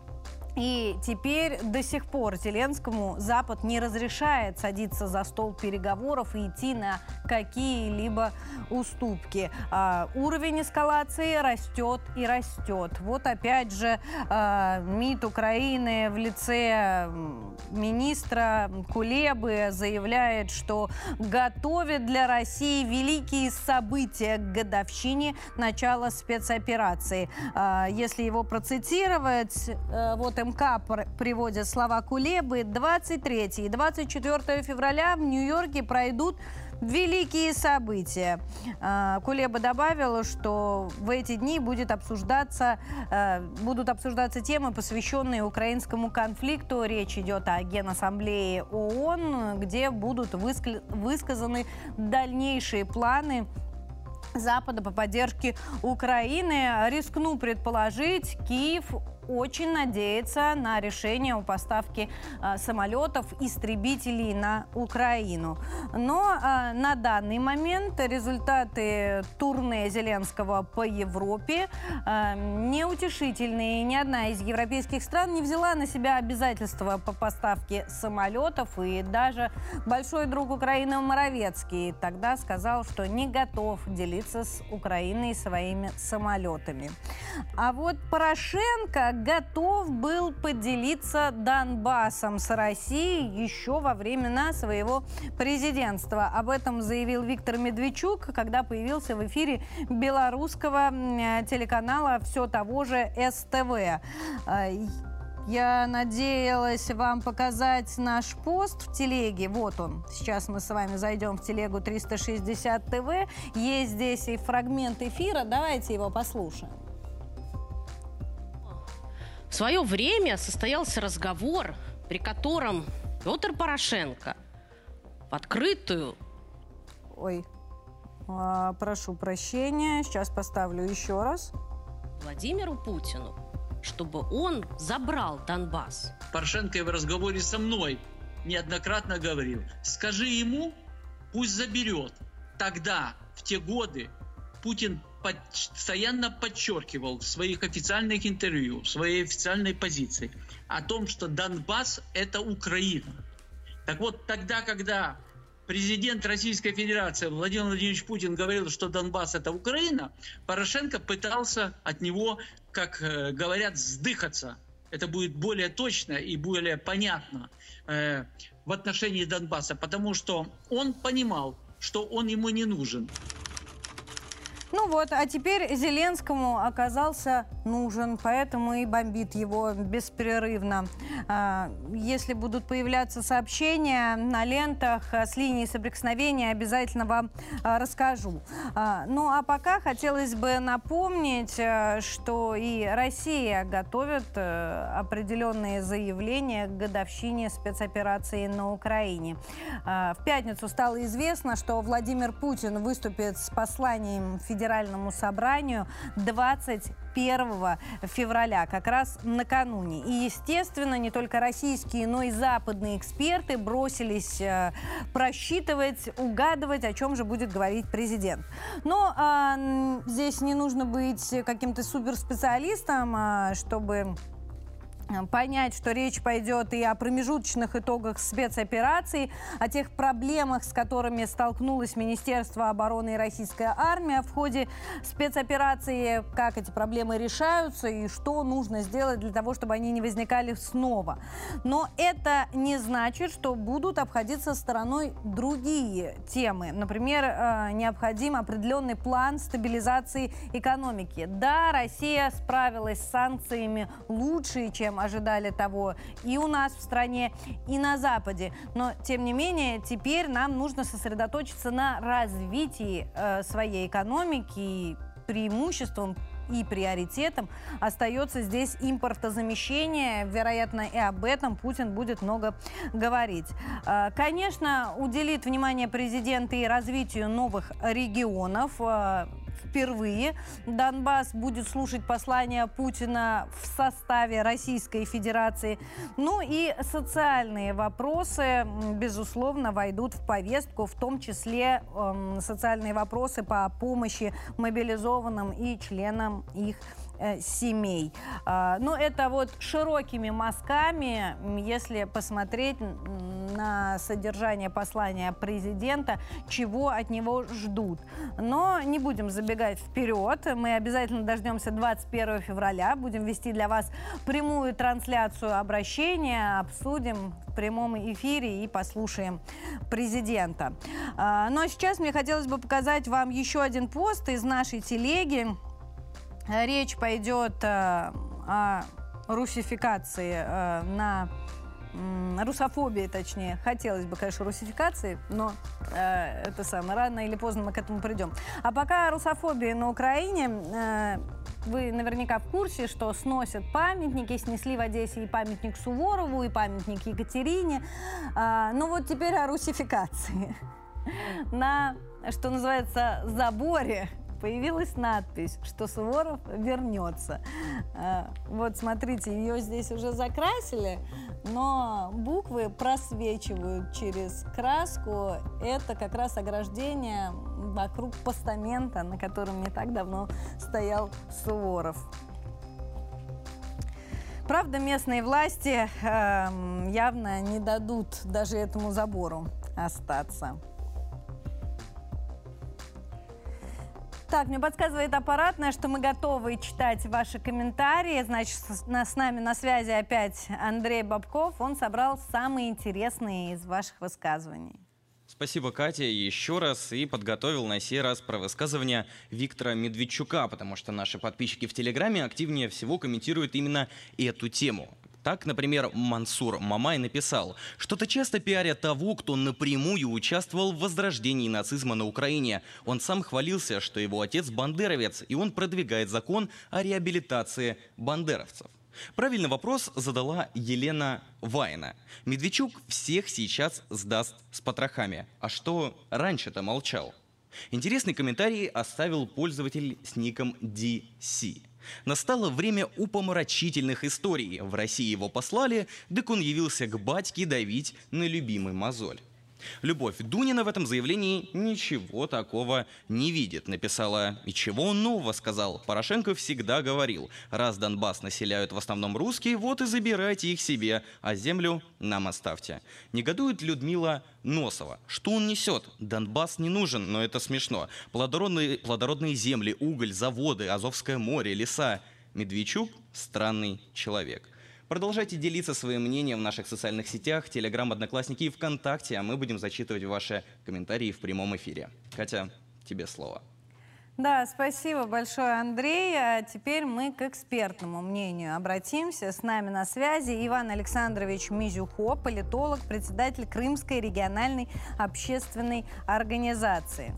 И теперь до сих пор Зеленскому Запад не разрешает садиться за стол переговоров и идти на какие-либо уступки. А, уровень эскалации растет и растет. Вот опять же а, МИД Украины в лице министра Кулебы заявляет, что готовит для России великие события к годовщине начала спецоперации. А, если его процитировать, вот МК приводит слова Кулебы. двадцать третьего и двадцать четвёртого февраля в Нью-Йорке пройдут великие события. Кулеба добавила, что в эти дни будет обсуждаться, будут обсуждаться темы, посвященные украинскому конфликту. Речь идет о Генассамблее ООН, где будут высказаны дальнейшие планы Запада по поддержке Украины. Рискну предположить, Киев очень надеется на решение о поставке э, самолетов, истребителей на Украину. Но э, на данный момент результаты турне Зеленского по Европе э, неутешительные. Ни одна из европейских стран не взяла на себя обязательства по поставке самолетов. И даже большой друг Украины Моровецкий тогда сказал, что не готов делиться с Украиной своими самолетами. А вот Порошенко готов был поделиться Донбассом с Россией еще во времена своего президентства. Об этом заявил Виктор Медведчук, когда появился в эфире белорусского телеканала все того же СТВ. Я надеялась вам показать наш пост в телеге. Вот он. Сейчас мы с вами зайдем в телегу триста шестьдесят ТВ. Есть здесь и фрагмент эфира. Давайте его послушаем. В свое время состоялся разговор, при котором Петр Порошенко в открытую... Ой, а, прошу прощения, сейчас поставлю еще раз. Владимиру Путину, чтобы он забрал Донбасс. Порошенко в разговоре со мной неоднократно говорил: скажи ему, пусть заберет. Тогда, в те годы, Путин постоянно подчеркивал в своих официальных интервью, в своей официальной позиции о том, что Донбасс – это Украина. Так вот, тогда, когда президент Российской Федерации Владимир Владимирович Путин говорил, что Донбасс – это Украина, Порошенко пытался от него, как говорят, сдыхаться. Это будет более точно и более понятно э, в отношении Донбасса, потому что он понимал, что он ему не нужен. Ну вот, а теперь Зеленскому оказался нужен, поэтому и бомбит его беспрерывно. Если будут появляться сообщения на лентах с линией соприкосновения, обязательно вам расскажу. Ну а пока хотелось бы напомнить, что и Россия готовит определенные заявления к годовщине спецоперации на Украине. В пятницу стало известно, что Владимир Путин выступит с посланием Федерации Федеральному собранию двадцать первого февраля, как раз накануне. И, естественно, не только российские, но и западные эксперты бросились э, просчитывать, угадывать, о чем же будет говорить президент. Но э, здесь не нужно быть каким-то суперспециалистом, э, чтобы понять, что речь пойдет и о промежуточных итогах спецоперации, о тех проблемах, с которыми столкнулось Министерство обороны и российская армия в ходе спецоперации, как эти проблемы решаются и что нужно сделать для того, чтобы они не возникали снова. Но это не значит, что будут обходиться стороной другие темы. Например, необходим определенный план стабилизации экономики. Да, Россия справилась с санкциями лучше, чем ожидали того и у нас в стране, и на Западе. Но, тем не менее, теперь нам нужно сосредоточиться на развитии э, своей экономики, и преимуществом и приоритетом остается здесь импортозамещение. Вероятно, и об этом Путин будет много говорить. Э, конечно, уделит внимание президент и развитию новых регионов. Э, Впервые Донбасс будет слушать послания Путина в составе Российской Федерации. Ну и социальные вопросы, безусловно, войдут в повестку, в том числе э, социальные вопросы по помощи мобилизованным и членам их э, семей. Э, но это вот широкими мазками, если посмотреть на содержание послания президента, чего от него ждут. Но не будем забегать вперед. Мы обязательно дождемся двадцать первого февраля. Будем вести для вас прямую трансляцию обращения, обсудим в прямом эфире и послушаем президента. Ну а сейчас мне хотелось бы показать вам еще один пост из нашей телеги. Речь пойдет о русификации на... русофобии, точнее. Хотелось бы, конечно, русификации, но э, это самое, рано или поздно мы к этому придем. А пока о русофобии на Украине, э, вы наверняка в курсе, что сносят памятники, снесли в Одессе и памятник Суворову, и памятник Екатерине. Э, ну вот теперь о русификации. На, что называется, заборе появилась надпись, что Суворов вернется. Вот, смотрите, ее здесь уже закрасили, но буквы просвечивают через краску. Это как раз ограждение вокруг постамента, на котором не так давно стоял Суворов. Правда, местные власти э, явно не дадут даже этому забору остаться. Так, мне подсказывает аппаратная, что мы готовы читать ваши комментарии. Значит, с, с нами на связи опять Андрей Бабков. Он собрал самые интересные из ваших высказываний. Спасибо, Катя, еще раз. И подготовил на сей раз про высказывание Виктора Медведчука, потому что наши подписчики в Телеграме активнее всего комментируют именно эту тему. Так, например, Мансур Мамай написал: «Что-то часто пиарят того, кто напрямую участвовал в возрождении нацизма на Украине. Он сам хвалился, что его отец бандеровец, и он продвигает закон о реабилитации бандеровцев». Правильный вопрос задала Елена Вайна. Медведчук всех сейчас сдаст с потрохами. А что раньше-то молчал? Интересный комментарий оставил пользователь с ником ди си. Настало время упомрачительных историй. В России его послали, так он явился к батьке давить на любимый мозоль. Любовь Дунина в этом заявлении ничего такого не видит. Написала: «И чего он нового сказал? Порошенко всегда говорил, раз Донбасс населяют в основном русские, вот и забирайте их себе, а землю нам оставьте». Негодует Людмила Носова. Что он несет? Донбасс не нужен, но это смешно. Плодородные, плодородные земли, уголь, заводы, Азовское море, леса. Медведчук – странный человек. Продолжайте делиться своим мнением в наших социальных сетях, Телеграм, Одноклассники и ВКонтакте, а мы будем зачитывать ваши комментарии в прямом эфире. Катя, тебе слово. Да, спасибо большое, Андрей. А теперь мы к экспертному мнению обратимся. С нами на связи Иван Александрович Мизюхо, политолог, председатель Крымской региональной общественной организации.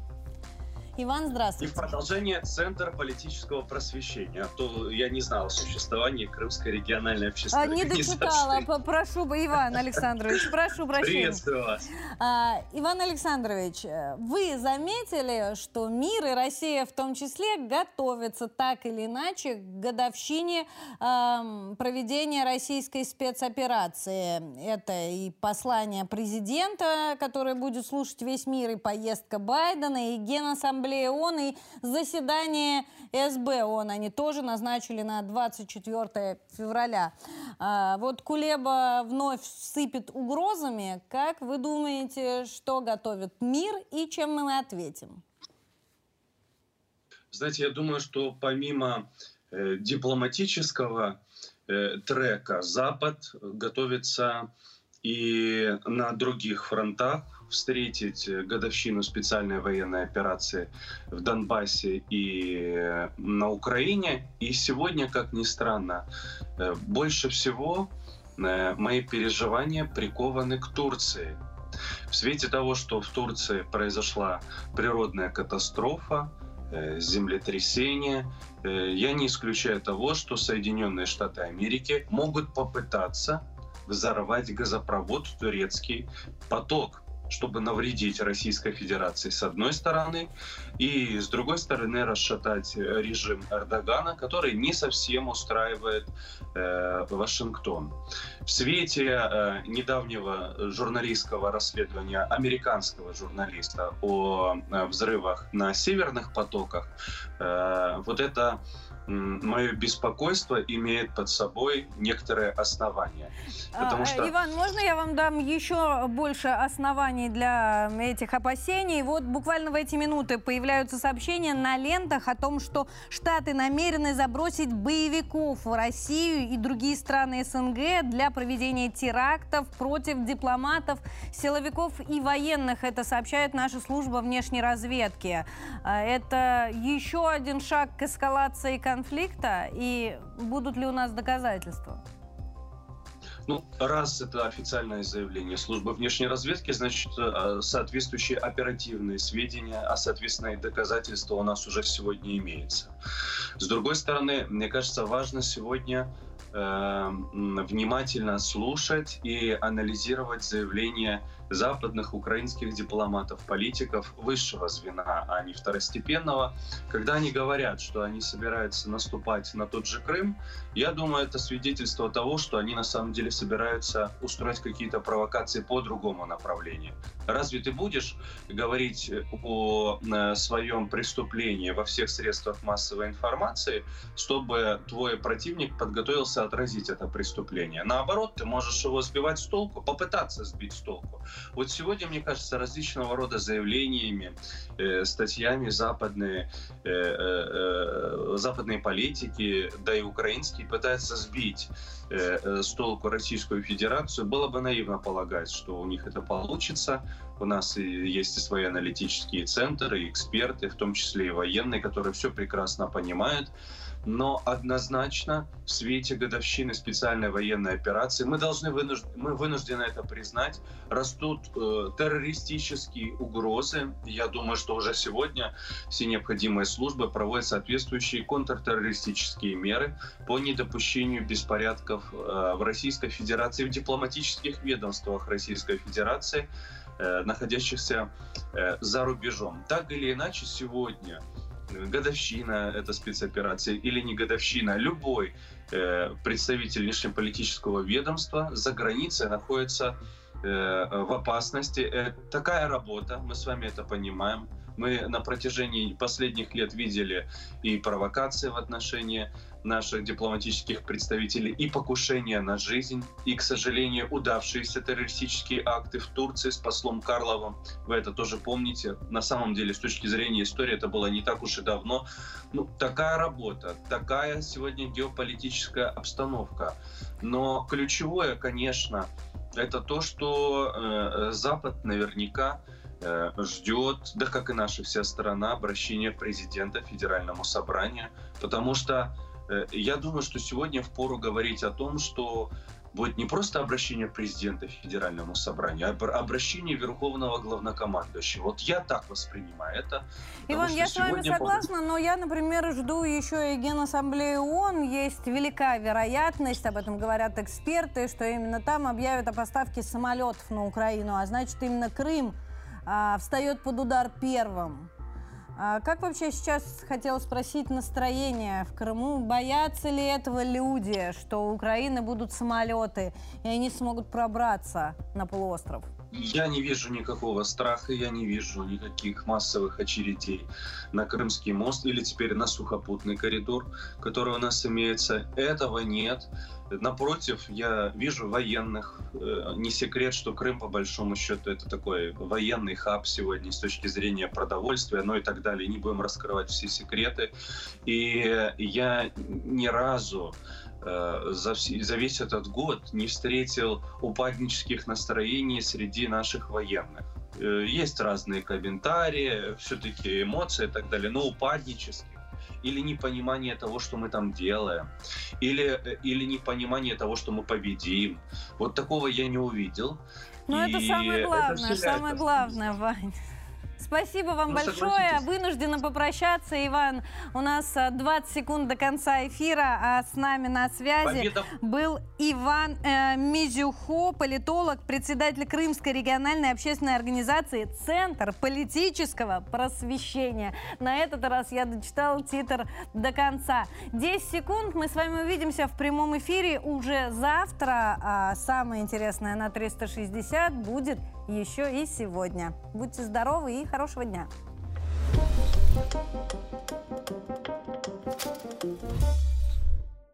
Иван, здравствуйте. И продолжение Центра политического просвещения. А то я не знал о существовании Крымской региональной общественной а, не организации. Не дочитала. Прошу, Иван Александрович, прошу прощения. Приветствую вас. А, Иван Александрович, вы заметили, что мир и Россия в том числе готовятся так или иначе к годовщине э, проведения российской спецоперации. Это и послание президента, которое будет слушать весь мир, и поездка Байдена, и Генассамблея Ассамблеи ООН и заседание СБ ООН. Они тоже назначили на двадцать четвёртое февраля. А, вот Кулеба вновь сыпет угрозами. Как вы думаете, что готовит мир и чем мы ответим? Знаете, я думаю, что помимо э, дипломатического э, трека, Запад готовится и на других фронтах встретить годовщину специальной военной операции в Донбассе и на Украине. И сегодня, как ни странно, э, больше всего э, мои переживания прикованы к Турции. В свете того, что в Турции произошла природная катастрофа, землетрясение, я не исключаю того, что Соединенные Штаты Америки могут попытаться взорвать газопровод турецкий поток, чтобы навредить Российской Федерации с одной стороны, и с другой стороны расшатать режим Эрдогана, который не совсем устраивает э, Вашингтон. В свете э, недавнего журналистского расследования американского журналиста о э, взрывах на северных потоках, э, вот это мое беспокойство имеет под собой некоторые основания. Потому что... Иван, можно я вам дам еще больше оснований для этих опасений? Вот буквально в эти минуты появляются сообщения на лентах о том, что Штаты намерены забросить боевиков в Россию и другие страны СНГ для проведения терактов против дипломатов, силовиков и военных. Это сообщает наша служба внешней разведки. Это еще один шаг к эскалации конфликта. конфликта, и будут ли у нас доказательства? Ну, раз это официальное заявление службы внешней разведки, значит, соответствующие оперативные сведения, а, соответственно, и доказательства у нас уже сегодня имеются. С другой стороны, мне кажется, важно сегодня э, внимательно слушать и анализировать заявления западных украинских дипломатов, политиков высшего звена, а не второстепенного. Когда они говорят, что они собираются наступать на тот же Крым, я думаю, это свидетельство того, что они на самом деле собираются устроить какие-то провокации по другому направлению. Разве ты будешь говорить о своем преступлении во всех средствах массовой информации, чтобы твой противник подготовился отразить это преступление? Наоборот, ты можешь его сбивать с толку, попытаться сбить с толку. Вот сегодня, мне кажется, различного рода заявлениями, э, статьями западные, э, э, западные политики, да и украинские, пытаются сбить э, э, с толку Российскую Федерацию. Было бы наивно полагать, что у них это получится. У нас и есть и свои аналитические центры, и эксперты, в том числе и военные, которые все прекрасно понимают. Но однозначно в свете годовщины специальной военной операции мы должны вынужд... мы вынуждены это признать. Растут э, террористические угрозы. Я думаю, что уже сегодня все необходимые службы проводят соответствующие контртеррористические меры по недопущению беспорядков э, в Российской Федерации, в дипломатических ведомствах Российской Федерации, э, находящихся э, за рубежом. Так или иначе, сегодня годовщина этой спецоперации или не годовщина, любой э, представитель внешнеполитического ведомства за границей находится э, в опасности. Э, такая работа, мы с вами это понимаем. Мы на протяжении последних лет видели и провокации в отношении наших дипломатических представителей, и покушения на жизнь, и, к сожалению, удавшиеся террористические акты в Турции с послом Карловым. Вы это тоже помните. На самом деле, с точки зрения истории, это было не так уж и давно. Ну, такая работа, такая сегодня геополитическая обстановка. Но ключевое, конечно, это то, что э, Запад наверняка э, ждет, да как и наша вся страна, обращения президента к Федеральному собранию, потому что я думаю, что сегодня впору говорить о том, что будет не просто обращение президента к Федеральному собранию, а обращение Верховного Главнокомандующего. Вот я так воспринимаю это. Иван, я с вами согласна, но я, например, жду еще и Генассамблею ООН. Есть велика вероятность, об этом говорят эксперты, что именно там объявят о поставке самолетов на Украину, а значит, именно Крым а, встает под удар первым. А как вообще сейчас, хотела спросить, настроение в Крыму? Боятся ли этого люди, что у Украины будут самолеты, и они смогут пробраться на полуостров? Я не вижу никакого страха, я не вижу никаких массовых очередей на Крымский мост или теперь на сухопутный коридор, который у нас имеется. Этого нет. Напротив, я вижу военных. Не секрет, что Крым, по большому счету, это такой военный хаб сегодня с точки зрения продовольствия, ну и так далее. Не будем раскрывать все секреты. И я ни разу За, за весь этот год не встретил упаднических настроений среди наших военных. Есть разные комментарии, все-таки эмоции и так далее, но упаднических или непонимание того, что мы там делаем, или, или непонимание того, что мы победим. Вот такого я не увидел. Но это самое главное, это самое главное, Вань. Спасибо вам ну, большое. Вынуждена попрощаться, Иван. У нас двадцать секунд до конца эфира, а с нами на связи Победа. был Иван э, Мизюхо, политолог, председатель Крымской региональной общественной организации «Центр политического просвещения». На этот раз я дочитала титр до конца. десять секунд. Мы с вами увидимся в прямом эфире уже завтра. А самое интересное на триста шестьдесят будет еще и сегодня. Будьте здоровы и хорошего дня.